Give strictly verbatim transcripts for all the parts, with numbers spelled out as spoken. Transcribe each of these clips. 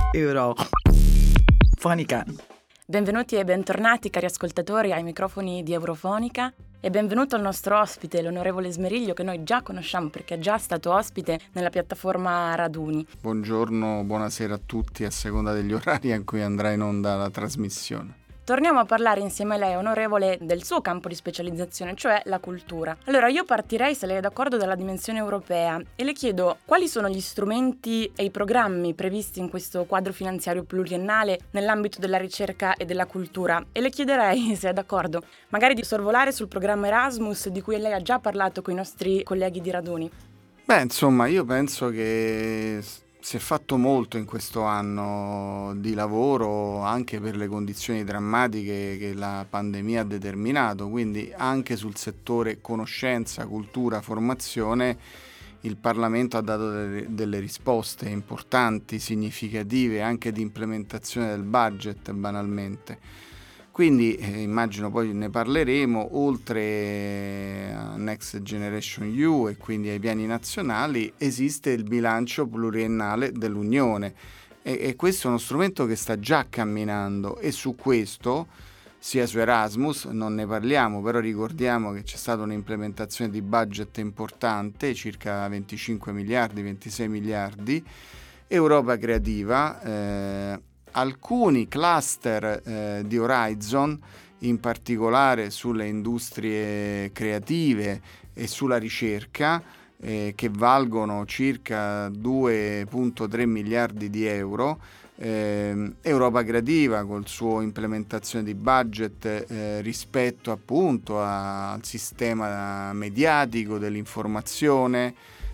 Eurofonica. Benvenuti e bentornati cari ascoltatori ai microfoni di Eurofonica e benvenuto al nostro ospite, l'onorevole Smeriglio, che noi già conosciamo perché è già stato ospite nella piattaforma Raduni. Buongiorno, buonasera a tutti a seconda degli orari in cui andrà in onda la trasmissione. Torniamo a parlare insieme a lei, onorevole, del suo campo di specializzazione, cioè la cultura. Allora, io partirei, se lei è d'accordo, dalla dimensione europea e le chiedo quali sono gli strumenti e i programmi previsti in questo quadro finanziario pluriennale nell'ambito della ricerca e della cultura. E le chiederei, se è d'accordo, magari di sorvolare sul programma Erasmus di cui lei ha già parlato con i nostri colleghi di Raduni. Beh, insomma, io penso che si è fatto molto in questo anno di lavoro anche per le condizioni drammatiche che la pandemia ha determinato, quindi anche sul settore conoscenza, cultura, formazione il Parlamento ha dato delle, delle risposte importanti, significative, anche di implementazione del budget banalmente. Quindi eh, immagino poi ne parleremo, oltre a Next Generation E U e quindi ai piani nazionali, esiste il bilancio pluriennale dell'Unione e, e questo è uno strumento che sta già camminando e su questo, sia su Erasmus, non ne parliamo, però ricordiamo che c'è stata un'implementazione di budget importante, circa venticinque miliardi, ventisei miliardi, Europa Creativa, eh, alcuni cluster eh, di Horizon, in particolare sulle industrie creative e sulla ricerca, eh, che valgono circa due virgola tre miliardi di euro. Eh, Europa Creativa col suo implementazione di budget eh, rispetto appunto a, al sistema mediatico dell'informazione,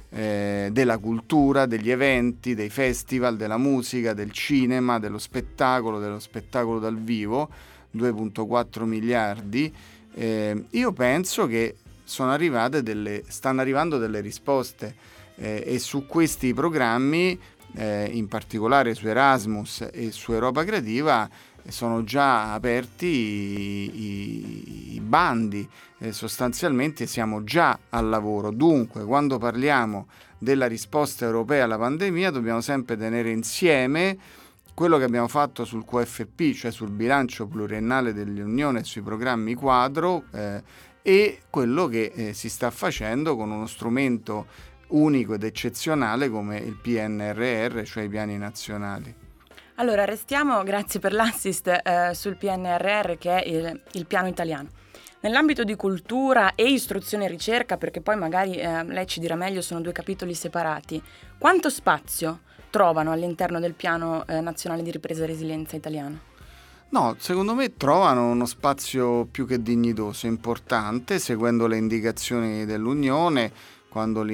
Eh, della cultura, degli eventi, dei festival, della musica, del cinema, dello spettacolo, dello spettacolo dal vivo, due virgola quattro miliardi. Eh, io penso che sono arrivate delle, stanno arrivando delle risposte eh, e su questi programmi, eh, in particolare su Erasmus e su Europa Creativa, sono già aperti i, i, i bandi, eh, sostanzialmente siamo già al lavoro. Dunque, quando parliamo della risposta europea alla pandemia dobbiamo sempre tenere insieme quello che abbiamo fatto sul Q F P, cioè sul bilancio pluriennale dell'Unione e sui programmi quadro, eh, e quello che eh, si sta facendo con uno strumento unico ed eccezionale come il P N R R, cioè i piani nazionali. Allora, restiamo, grazie per l'assist, eh, sul P N R R, che è il, il piano italiano. Nell'ambito di cultura e istruzione e ricerca, perché poi magari eh, lei ci dirà meglio, sono due capitoli separati, quanto spazio trovano all'interno del piano eh, nazionale di ripresa e resilienza italiano? No, secondo me trovano uno spazio più che dignitoso, importante, seguendo le indicazioni dell'Unione. Quando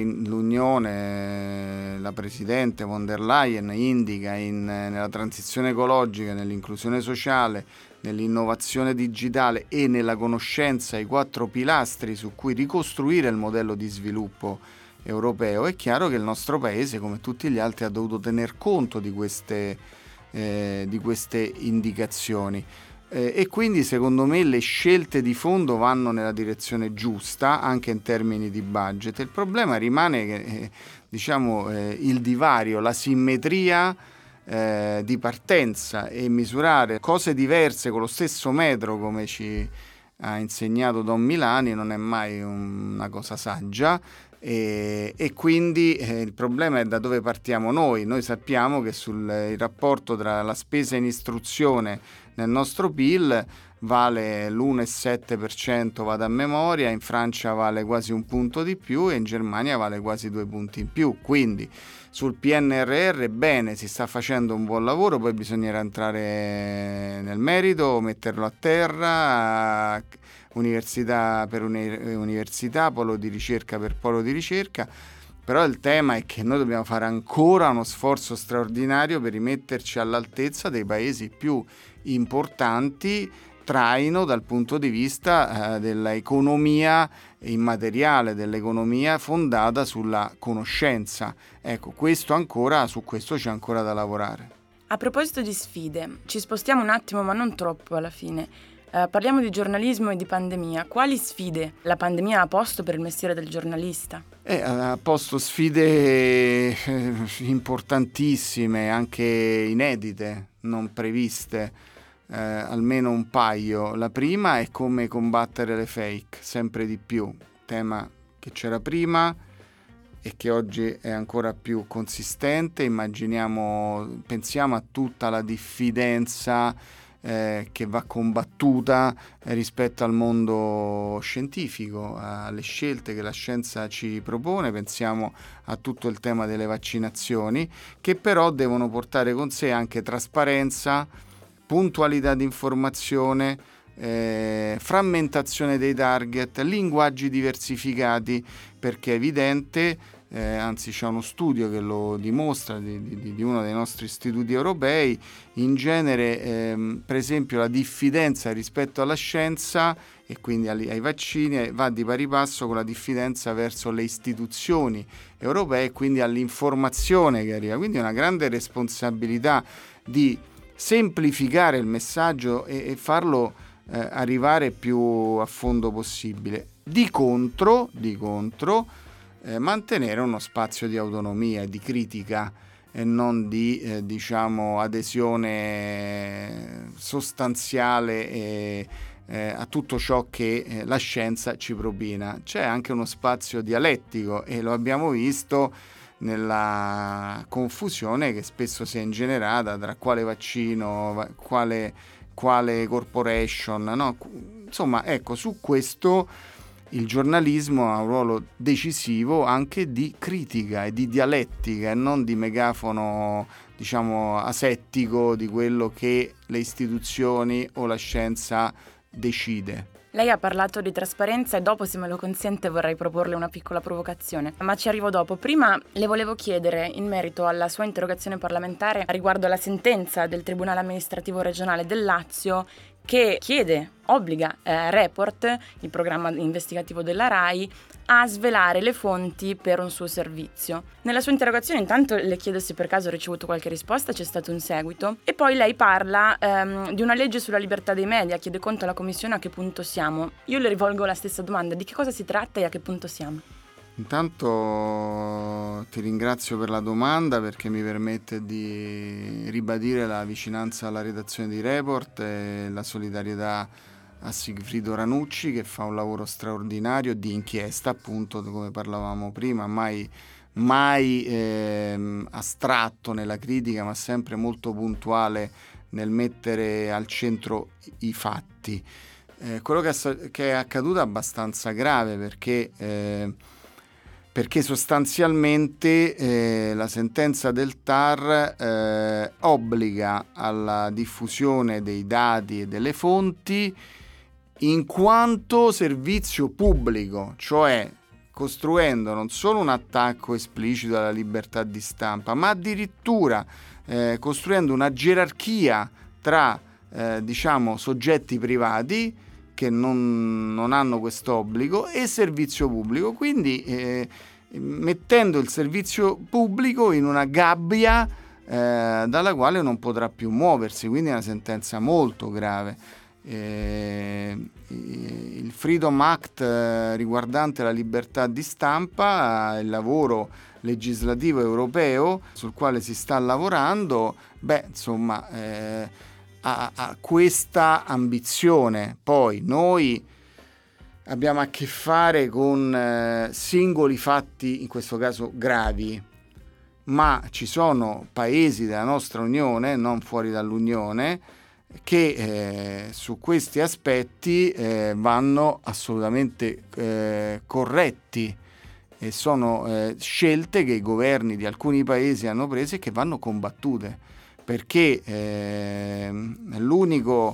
l'Unione, la Presidente von der Leyen indica in, nella transizione ecologica, nell'inclusione sociale, nell'innovazione digitale e nella conoscenza i quattro pilastri su cui ricostruire il modello di sviluppo europeo, è chiaro che il nostro Paese, come tutti gli altri, ha dovuto tener conto di queste, eh, di queste indicazioni. Eh, e quindi secondo me le scelte di fondo vanno nella direzione giusta anche in termini di budget. Il problema rimane che eh, diciamo eh, il divario, la simmetria eh, di partenza e misurare cose diverse con lo stesso metro, come ci ha insegnato Don Milani, non è mai un, una cosa saggia. E, e quindi eh, il problema è da dove partiamo noi. Noi sappiamo che sul il rapporto tra la spesa in istruzione nel nostro P I L vale l'uno virgola sette per cento, vado a memoria, in Francia vale quasi un punto di più e in Germania vale quasi due punti in più. Quindi sul P N R R bene, si sta facendo un buon lavoro, poi bisognerà entrare nel merito, metterlo a terra, università per uni- università, polo di ricerca per polo di ricerca. Però il tema è che noi dobbiamo fare ancora uno sforzo straordinario per rimetterci all'altezza dei paesi più importanti, traino dal punto di vista eh, dell'economia immateriale, dell'economia fondata sulla conoscenza. Ecco, questo ancora, su questo c'è ancora da lavorare. A proposito di sfide, ci spostiamo un attimo ma non troppo alla fine. Eh, parliamo di giornalismo e di pandemia. Quali sfide la pandemia ha posto per il mestiere del giornalista? Eh, ha posto sfide eh, importantissime, anche inedite, non previste, eh, almeno un paio. La prima è come combattere le fake, sempre di più, tema che c'era prima e che oggi è ancora più consistente. Immaginiamo, pensiamo a tutta la diffidenza eh, che va combattuta eh, rispetto al mondo scientifico, alle scelte che la scienza ci propone. Pensiamo a tutto il tema delle vaccinazioni, che però devono portare con sé anche trasparenza, puntualità di informazione, eh, frammentazione dei target, linguaggi diversificati, perché è evidente, eh, anzi c'è uno studio che lo dimostra di, di, di uno dei nostri istituti europei, in genere ehm, per esempio la diffidenza rispetto alla scienza e quindi ai, ai vaccini va di pari passo con la diffidenza verso le istituzioni europee e quindi all'informazione che arriva, quindi è una grande responsabilità di semplificare il messaggio e, e farlo eh, arrivare più a fondo possibile. Di contro, di contro eh, mantenere uno spazio di autonomia, di critica e non di eh, diciamo adesione sostanziale e, eh, a tutto ciò che eh, la scienza ci propina. C'è anche uno spazio dialettico e lo abbiamo visto nella confusione che spesso si è ingenerata tra quale vaccino, quale, quale corporation, no? Insomma, ecco, su questo il giornalismo ha un ruolo decisivo anche di critica e di dialettica e non di megafono, diciamo, asettico di quello che le istituzioni o la scienza decide. Lei ha parlato di trasparenza e dopo, se me lo consente, vorrei proporle una piccola provocazione, ma ci arrivo dopo. Prima le volevo chiedere, in merito alla sua interrogazione parlamentare riguardo alla sentenza del Tribunale Amministrativo Regionale del Lazio, che chiede, obbliga eh, Report, il programma investigativo della RAI, a svelare le fonti per un suo servizio. Nella sua interrogazione intanto le chiedo se per caso ha ricevuto qualche risposta, c'è stato un seguito, e poi lei parla ehm, di una legge sulla libertà dei media, chiede conto alla Commissione a che punto siamo. Io le rivolgo la stessa domanda, di che cosa si tratta e a che punto siamo? Intanto ti ringrazio per la domanda, perché mi permette di ribadire la vicinanza alla redazione di Report e la solidarietà a Sigfrido Ranucci, che fa un lavoro straordinario di inchiesta, appunto, come parlavamo prima, mai, mai ehm, astratto nella critica, ma sempre molto puntuale nel mettere al centro i fatti. Eh, quello che è, che è accaduto è abbastanza grave, perché eh, perché sostanzialmente eh, la sentenza del T A R eh, obbliga alla diffusione dei dati e delle fonti in quanto servizio pubblico, cioè costruendo non solo un attacco esplicito alla libertà di stampa, ma addirittura eh, costruendo una gerarchia tra eh, diciamo soggetti privati che non, non hanno questo obbligo e servizio pubblico, quindi eh, mettendo il servizio pubblico in una gabbia eh, dalla quale non potrà più muoversi, quindi è una sentenza molto grave. Eh, il Freedom Act eh, riguardante la libertà di stampa, il lavoro legislativo europeo sul quale si sta lavorando, beh, insomma, eh, a, a questa ambizione. Poi noi abbiamo a che fare con eh, singoli fatti, in questo caso gravi, ma ci sono paesi della nostra Unione, non fuori dall'Unione, che eh, su questi aspetti eh, vanno assolutamente eh, corretti e sono eh, scelte che i governi di alcuni paesi hanno preso e che vanno combattute, perché eh, l'unico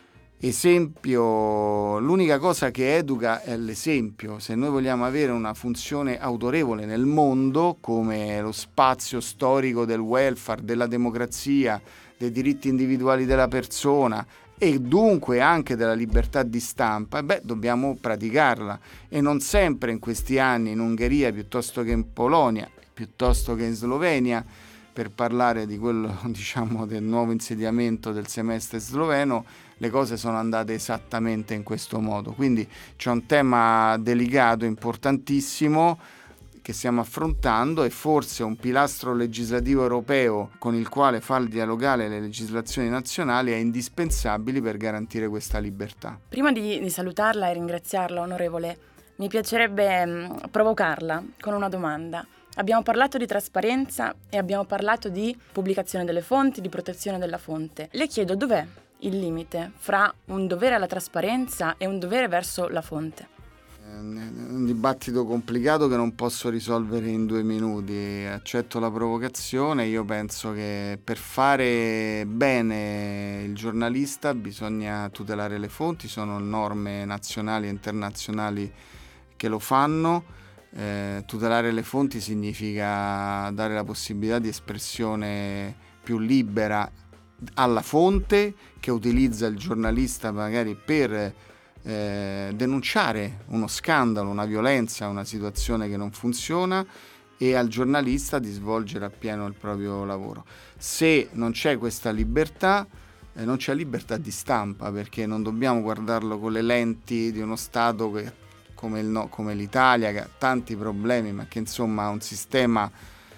esempio, l'unica cosa che educa è l'esempio. Se noi vogliamo avere una funzione autorevole nel mondo, come lo spazio storico del welfare, della democrazia, dei diritti individuali della persona e dunque anche della libertà di stampa, beh, dobbiamo praticarla, e non sempre in questi anni in Ungheria piuttosto che in Polonia, piuttosto che in Slovenia, per parlare di quello, diciamo, del nuovo insediamento del semestre sloveno, le cose sono andate esattamente in questo modo. Quindi c'è un tema delicato, importantissimo, che stiamo affrontando, e forse un pilastro legislativo europeo con il quale far dialogare le legislazioni nazionali è indispensabile per garantire questa libertà. Prima di, di salutarla e ringraziarla, onorevole, mi piacerebbe mh, provocarla con una domanda. Abbiamo parlato di trasparenza e abbiamo parlato di pubblicazione delle fonti, di protezione della fonte. Le chiedo dov'è il limite fra un dovere alla trasparenza e un dovere verso la fonte? È un dibattito complicato che non posso risolvere in due minuti. Accetto la provocazione. Io penso che per fare bene il giornalista bisogna tutelare le fonti, sono norme nazionali e internazionali che lo fanno. Eh, tutelare le fonti significa dare la possibilità di espressione più libera alla fonte, che utilizza il giornalista magari per eh, denunciare uno scandalo, una violenza, una situazione che non funziona, e al giornalista di svolgere appieno il proprio lavoro. Se non c'è questa libertà, eh, non c'è libertà di stampa, perché non dobbiamo guardarlo con le lenti di uno Stato che, come, il no, come l'Italia, che ha tanti problemi, ma che insomma ha un sistema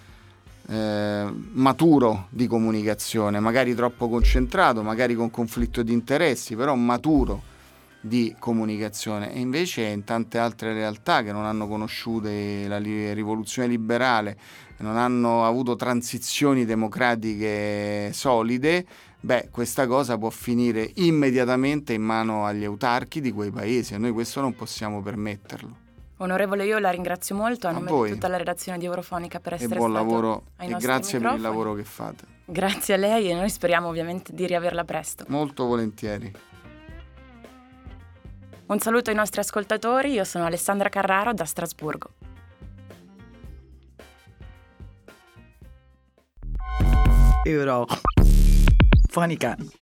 eh, maturo di comunicazione, magari troppo concentrato, magari con conflitto di interessi, però maturo di comunicazione. E invece in tante altre realtà che non hanno conosciuto la li- rivoluzione liberale, non hanno avuto transizioni democratiche solide, beh, questa cosa può finire immediatamente in mano agli autarchi di quei paesi, e noi questo non possiamo permetterlo. Onorevole, io la ringrazio molto a nome voi. di tutta la redazione di Eurofonica per essere e buon stato lavoro ai e nostri grazie microfoni. per il lavoro che fate. Grazie a lei, e noi speriamo ovviamente di riaverla presto. Molto volentieri. Un saluto ai nostri ascoltatori, io sono Alessandra Carraro da Strasburgo. Eurofonica.